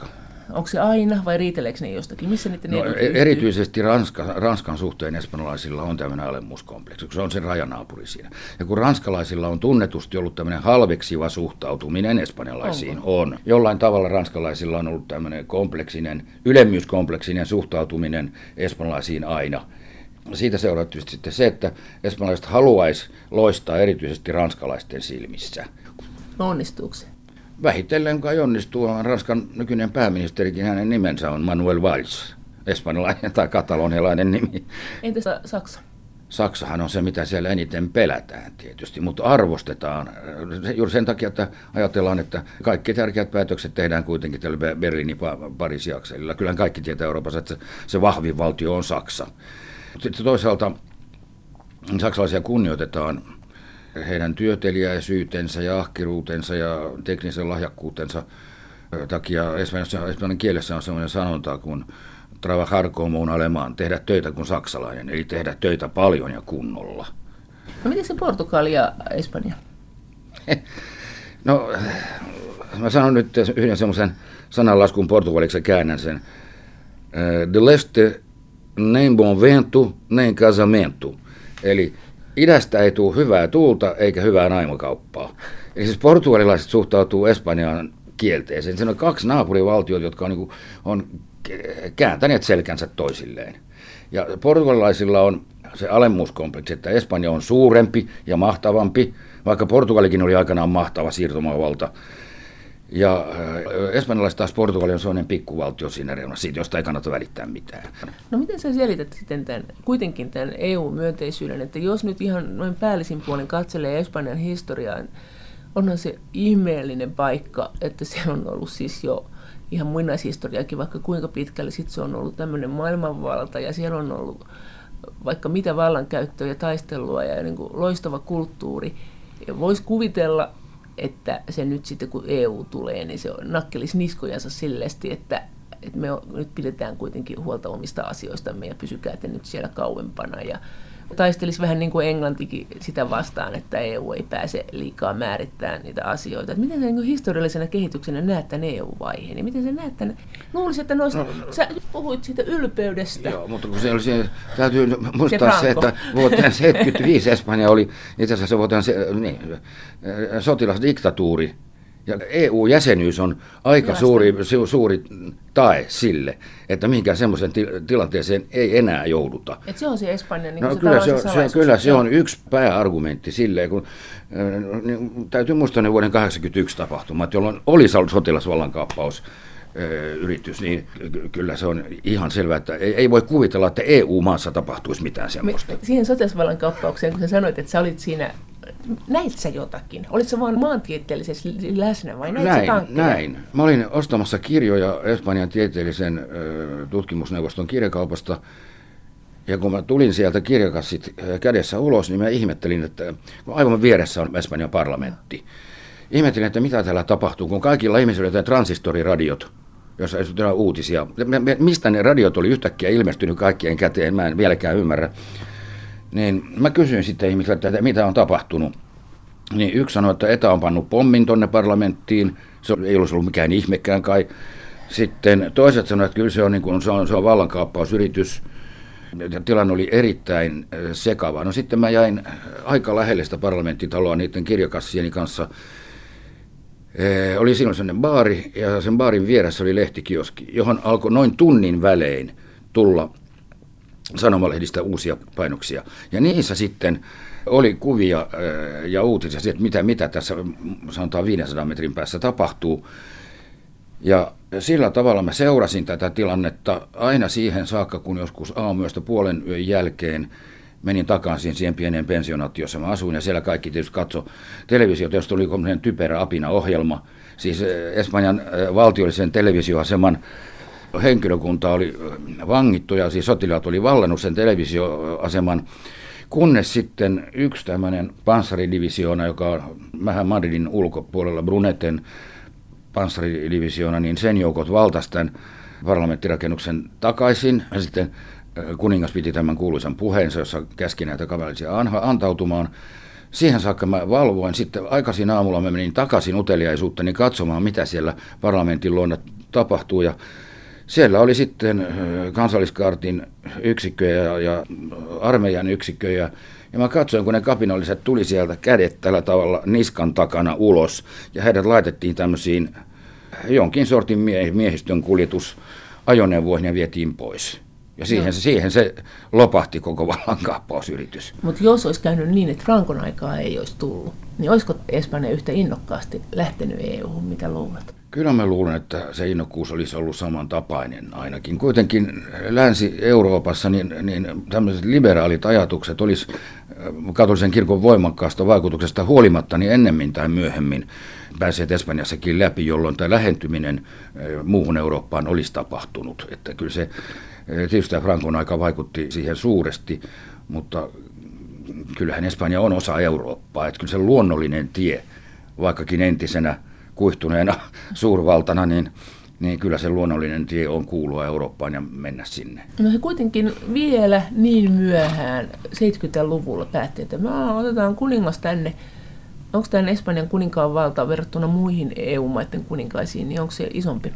Onko se aina vai riiteleekö ne jostakin? Missä niiden no, erityisesti Ranska, Ranskan suhteen espanjalaisilla on tämmöinen alemmuuskompleksi, kun se on sen rajanaapuri siinä. Ja kun ranskalaisilla on tunnetusti ollut tämmöinen halveksiva suhtautuminen espanjalaisiin, Onko? on. Jollain tavalla ranskalaisilla on ollut tämmöinen kompleksinen, ylemmyyskompleksinen suhtautuminen espanjalaisiin aina. Siitä seuraa sitten se, että espanjalaiset haluaisi loistaa erityisesti ranskalaisten silmissä. No onnistuuko se? Vähitellen kai onnistuu. Ranskan nykyinen pääministerikin, hänen nimensä on Manuel Valls, espanjalainen tai katalonialainen nimi. Entäs Saksa? Saksahan on se, mitä siellä eniten pelätään tietysti, mutta arvostetaan juuri sen takia, että ajatellaan, että kaikki tärkeät päätökset tehdään kuitenkin tällä Berliini-Pariisi akselilla. Kyllä kaikki tietää Euroopassa, että se vahvin valtio on Saksa. Sitten toisaalta saksalaisia kunnioitetaan heidän työteliäisyytensä ja ahkeruutensa ja teknisen lahjakkuutensa takia. Espanjan kielessä on sellainen sanonta kuin trabajar como un alemán, tehdä töitä kuin saksalainen, eli tehdä töitä paljon ja kunnolla. No miten se Portugali ja Espanja? No, mä sanon nyt yhden semmoisen sananlaskun portugaliksi ja käännän sen. De leste nem bom vento, nem casamento. Eli idästä ei tule hyvää tuulta eikä hyvää naimokauppaa. Eli siis portugalilaiset suhtautuu Espanjaan kielteeseen. Siinä on kaksi naapurivaltiota, jotka on, niin kuin, on kääntäneet selkänsä toisilleen. Ja portugalilaisilla on se alemmuuskompleksi, että Espanja on suurempi ja mahtavampi, vaikka Portugalikin oli aikanaan mahtava siirtomaavalta. Ja espanjalaiset taas Portugali on sellainen pikkuvaltio siinä reunassa, siitä josta ei kannata välittää mitään. No miten sä selität sitten tämän, kuitenkin tämän E U-myönteisyyden, että jos nyt ihan noin päällisin puolin katselee Espanjan historiaa, onhan se ihmeellinen paikka, että se on ollut siis jo ihan muinaishistoriakin, vaikka kuinka pitkälle sitten se on ollut tämmöinen maailmanvalta ja siellä on ollut vaikka mitä vallankäyttöä ja taistelua ja niin kuin loistava kulttuuri. Voisi kuvitella, että se nyt sitten kun E U tulee, niin se nakkelisi niskojansa silleesti, että, että me nyt pidetään kuitenkin huolta omista asioistamme ja pysykää te nyt siellä kauempana. Ja taistelisi vähän niin kuin Englantikin sitä vastaan, että E U ei pääse liikaa määrittämään niitä asioita. Että miten sä niin historiallisena kehityksenä näet tämän E U-vaiheen? Ja miten sä näet tämän? Luulisin, että noista, no, no, sä puhuit siitä ylpeydestä. Joo, mutta kun se oli siinä, täytyy muistaa se, että vuoteen seitsemänkymmentäviisi Espanja oli itse asiassa vuoteen se, niin, sotilasdiktatuuri. Ja E U-jäsenyys on aika suuri, su, suuri tae sille, että mihinkään semmoisen til- tilanteeseen ei enää jouduta. Et se on se Espanjan niin no, se kyllä, se on, se, kyllä se on yksi pääargumentti sille, kun äh, niin, täytyy muistaa ne vuoden kahdeksankymmentäyksi tapahtumat, jolloin oli sotilasvallankaappaus yritys, niin kyllä se on ihan selvää, että ei, ei voi kuvitella, että E U-maassa tapahtuisi mitään semmoista. Me, siihen sotilasvallan kauppaukseen, kun sä sanoit, että sä olit siinä, näit sä jotakin? Olit sä vaan maantieteellisesti läsnä vai näit näin, sä tankkeja? Näin. Mä olin ostamassa kirjoja Espanjan tieteellisen ö, tutkimusneuvoston kirjakaupasta, ja kun mä tulin sieltä kirjakassit kädessä ulos, niin mä ihmettelin, että aivan vieressä on Espanjan parlamentti. Ihmettelin, että mitä täällä tapahtuu, kun kaikilla ihmisillä oli transistoriradiot, jossa esitetään uutisia. Mistä ne radiot oli yhtäkkiä ilmestynyt kaikkien käteen, mä en vieläkään ymmärrä. Niin mä kysyin sitten ihmisiltä, että mitä on tapahtunut. Niin yksi sanoi, että ETA on pannut pommin tonne parlamenttiin, se ei olisi ollut mikään ihmekään kai. Sitten toiset sanoivat, että kyllä se on, niin kuin, se on, se on vallankaappausyritys. Tilanne oli erittäin sekava. No sitten mä jäin aika lähelle sitä parlamenttitaloa niiden kirjakassieni kanssa. Ee, oli silloin sellainen baari, ja sen baarin vieressä oli lehtikioski, johon alkoi noin tunnin välein tulla sanomalehdistä uusia painoksia. Ja niissä sitten oli kuvia ee, ja uutisia siitä, että mitä, mitä tässä sanotaan viidensadan metrin päässä tapahtuu. Ja sillä tavalla mä seurasin tätä tilannetta aina siihen saakka, kun joskus aamuyöstä puolen yön jälkeen menin takaisin siihen pieneen pensionaattiin, jossa mä asuin, ja siellä kaikki tietysti katsoi televisiota, josta oli tämmöinen typerä apina-ohjelma. Siis Espanjan valtiollisen televisioaseman henkilökunta oli vangittu, ja siis sotilaat oli vallannut sen televisioaseman, kunnes sitten yksi tämmöinen panssaridivisioona, joka on vähän Madridin ulkopuolella, Bruneten panssaridivisioona, niin sen joukot valtasi tämän parlamenttirakennuksen takaisin, ja sitten kuningas piti tämän kuuluisan puheensa, jossa käski näitä kavalisia antautumaan. siihen saakka mä valvoin. Sitten aikaisin aamulla mä menin takaisin uteliaisuuttani katsomaan, mitä siellä parlamentin luona tapahtuu. Ja siellä oli sitten kansalliskaartin yksikköjä ja, ja armeijan yksikköjä. Ja mä katsoin, kun ne kapinalliset tuli sieltä kädet tällä tavalla niskan takana ulos. Ja heidät laitettiin tämmöisiin jonkin sortin miehistön kuljetusajoneuvoihin ja vietiin pois. Ja siihen, se, siihen se lopahti koko vallankaappausyritys. Mutta jos olisi käynyt niin, että Francon aikaa ei olisi tullut, niin olisiko Espanja yhtä innokkaasti lähtenyt E U:hun, mitä luulet? Kyllä mä luulen, että se innokkuus olisi ollut samantapainen ainakin. Kuitenkin Länsi-Euroopassa niin, niin tämmöiset liberaalit ajatukset olisi katolisen kirkon voimakkaasta vaikutuksesta huolimatta niin ennemmin tai myöhemmin päässeet Espanjassakin läpi, jolloin tämä lähentyminen muuhun Eurooppaan olisi tapahtunut. Että kyllä se tietysti tämä Francon aika vaikutti siihen suuresti, mutta kyllähän Espanja on osa Eurooppaa. Että kyllä se luonnollinen tie, vaikkakin entisenä kuihtuneena suurvaltana, niin, niin kyllä se luonnollinen tie on kuulua Eurooppaan ja mennä sinne. No he kuitenkin vielä niin myöhään seitsemänkymmentäluvulla päätti, että me otetaan kuningas tänne. Onko tämän Espanjan kuninkaan valta verrattuna muihin E U-maiden kuninkaisiin, niin onko se isompi?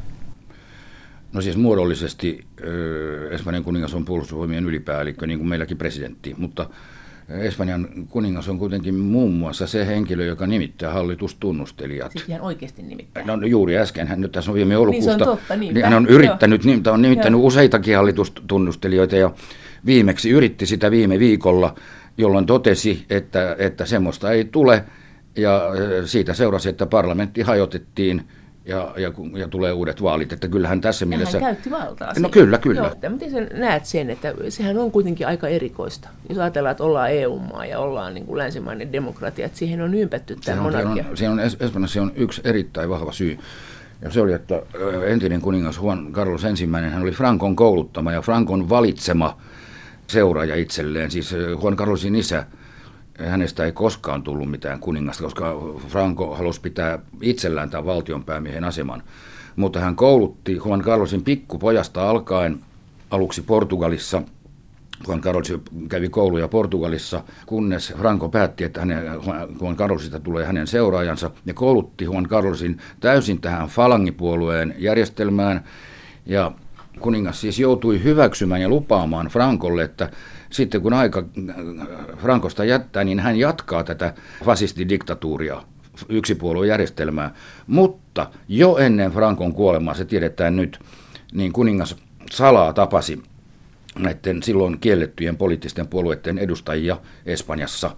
No siis muodollisesti äh, Espanjan kuningas on puolustusvoimien ylipäällikkö, niin kuin meilläkin presidentti, mutta Espanjan kuningas on kuitenkin muun muassa se henkilö, joka nimittää hallitustunnustelijat. Siis ihan oikeasti nimittää. No juuri äsken, hän nyt tässä on viime joulukuusta, niin, totta, niin hän on yrittänyt, niin, on nimittänyt Joo. useitakin hallitustunnustelijoita ja viimeksi yritti sitä viime viikolla, jolloin totesi, että, että semmoista ei tule ja siitä seurasi, että parlamentti hajotettiin. Ja, ja, ja tulee uudet vaalit, että kyllähän tässä mielessä... Hän käytti valtaa No siinä. kyllä, kyllä. Joo, miten sä näet sen, että sehän on kuitenkin aika erikoista. Jos ajatellaan, että ollaan E U-maa ja ollaan niin kuin länsimainen demokratia, että siihen on ympätty tämä monarkia. Siinä on, on, Espanjassa on yksi erittäin vahva syy. Ja se oli, että entinen kuningas Juan Carlos ensimmäinen, hän oli Francon kouluttama ja Francon valitsema seuraaja itselleen. Siis Juan Carlosin isä, hänestä ei koskaan tullut mitään kuningasta, koska Franco halusi pitää itsellään tämän valtionpäämiehen aseman. Mutta hän koulutti Juan Carlosin pikkupojasta alkaen aluksi Portugalissa. Juan Carlos kävi kouluja Portugalissa, kunnes Franco päätti, että hänen, Juan Carlosista tulee hänen seuraajansa. Ja koulutti Juan Carlosin täysin tähän falangipuolueen järjestelmään. Ja kuningas siis joutui hyväksymään ja lupaamaan Francolle, että sitten kun aika Francosta jättää, niin hän jatkaa tätä fasistidiktatuuria, yksipuoluejärjestelmää. Mutta jo ennen Francon kuolemaa, se tiedetään nyt, niin kuningas salaa tapasi näiden silloin kiellettyjen poliittisten puolueiden edustajia Espanjassa.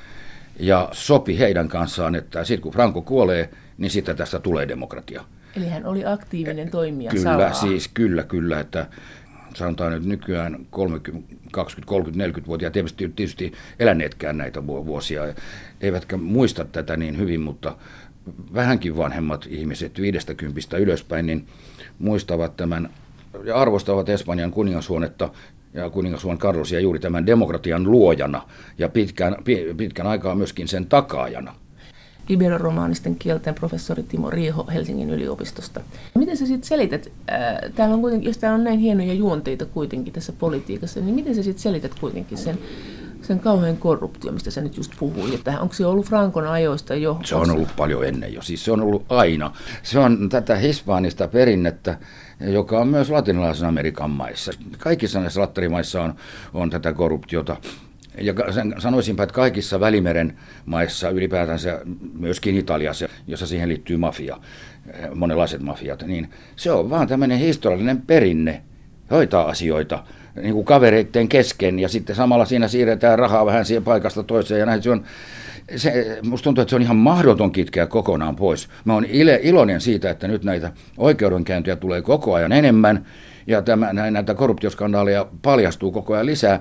Ja sopi heidän kanssaan, että sitten kun Franco kuolee, niin sitten tästä tulee demokratia. Eli hän oli aktiivinen toimija Kyllä, salaa. siis kyllä, kyllä, että sanotaan nyt nykyään kolmekymmentä, kaksikymmentä, kolmekymmentä, neljäkymmentävuotiaat eivät tietysti eläneetkään näitä vuosia, eivätkä muista tätä niin hyvin, mutta vähänkin vanhemmat ihmiset viidestäkympistä ylöspäin, niin muistavat tämän ja arvostavat Espanjan kuningashuonetta ja kuningas Juan Carlosia juuri tämän demokratian luojana ja pitkän, pitkän aikaa myöskin sen takaajana. Iberoromaanisten kielten professori Timo Riiho Helsingin yliopistosta. Miten sä sitten selität, ää, täällä on kuitenkin, jos täällä on näin hienoja juonteita kuitenkin tässä politiikassa, niin miten sä sitten selität kuitenkin sen, sen kauhean korruptio, mistä sä nyt just puhuit, että onko se ollut Francon ajoista jo? Se on ollut paljon ennen jo, siis se on ollut aina. Se on tätä hispaanista perinnettä, joka on myös latinalaisen Amerikan maissa. Kaikissa näissä lattarimaissa on, on tätä korruptiota. Ja sanoisinpä, että kaikissa Välimeren maissa, ylipäätänsä myöskin Italiassa, jossa siihen liittyy mafia, monenlaiset mafiat, niin se on vaan tämmöinen historiallinen perinne hoitaa asioita niin kuin kavereiden kesken, ja sitten samalla siinä siirretään rahaa vähän siihen paikasta toiseen, ja näin se on. Se, musta tuntuu, että se on ihan mahdoton kitkeä kokonaan pois. Mä oon iloinen siitä, että nyt näitä oikeudenkäyntiä tulee koko ajan enemmän, ja tämä, näitä korruptioskandaaleja paljastuu koko ajan lisää.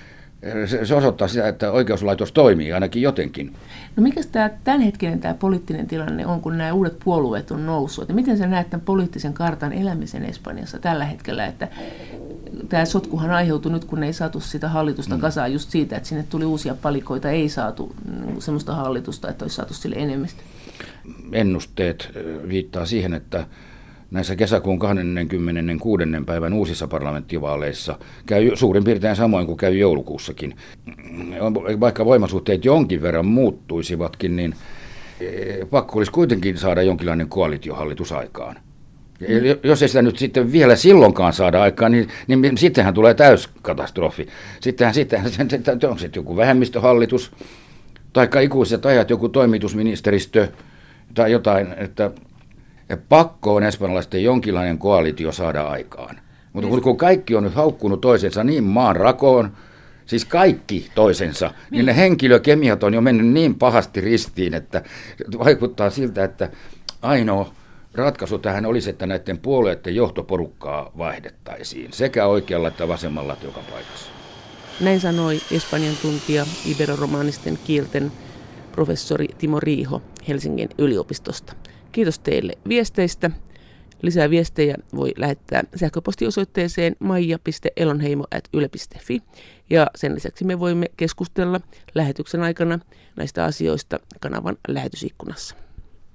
Se, se osoittaa sitä, että oikeuslaitos toimii ainakin jotenkin. No mikä tämä tämänhetkinen tämä poliittinen tilanne on, kun nämä uudet puolueet on noussut? Että miten sä näet tämän poliittisen kartan elämisen Espanjassa tällä hetkellä? Että tämä sotkuhan aiheutui nyt, kun ei saatu sitä hallitusta kasaan just siitä, että sinne tuli uusia palikoita, ei saatu sellaista hallitusta, että olisi saatu sille enemmistö. Ennusteet viittaa siihen, että näissä kesäkuun kaksikymmentäkuusi päivän uusissa parlamenttivaaleissa käy suurin piirtein samoin kuin käy joulukuussakin. Vaikka voimasuhteet jonkin verran muuttuisivatkin, niin pakko olisi kuitenkin saada jonkinlainen koalitiohallitus aikaan. Ja jos ei sitä nyt sitten vielä silloinkaan saada aikaan, niin, niin sittenhän tulee täyskatastrofi. Sittenhän, sittenhän onko se joku vähemmistöhallitus, tai ikuiset ajat joku toimitusministeristö, tai jotain, että pakko on espanjalaisten jonkinlainen koalitio saada aikaan. Mutta kun, kun kaikki on nyt haukkunut toisensa niin maan rakoon, siis kaikki toisensa, niin, niin ne henkilökemiat on jo mennyt niin pahasti ristiin, että vaikuttaa siltä, että ainoa ratkaisu tähän olisi, että näiden puolueiden johtoporukkaa vaihdettaisiin sekä oikealla että vasemmalla että joka paikassa. Näin sanoi Espanjan tuntija iberoromaanisten kielten professori Timo Riiho Helsingin yliopistosta. Kiitos teille viesteistä. Lisää viestejä voi lähettää sähköpostiosoitteeseen maija piste elonheimo ät yle piste fi ja sen lisäksi me voimme keskustella lähetyksen aikana näistä asioista kanavan lähetysikkunassa.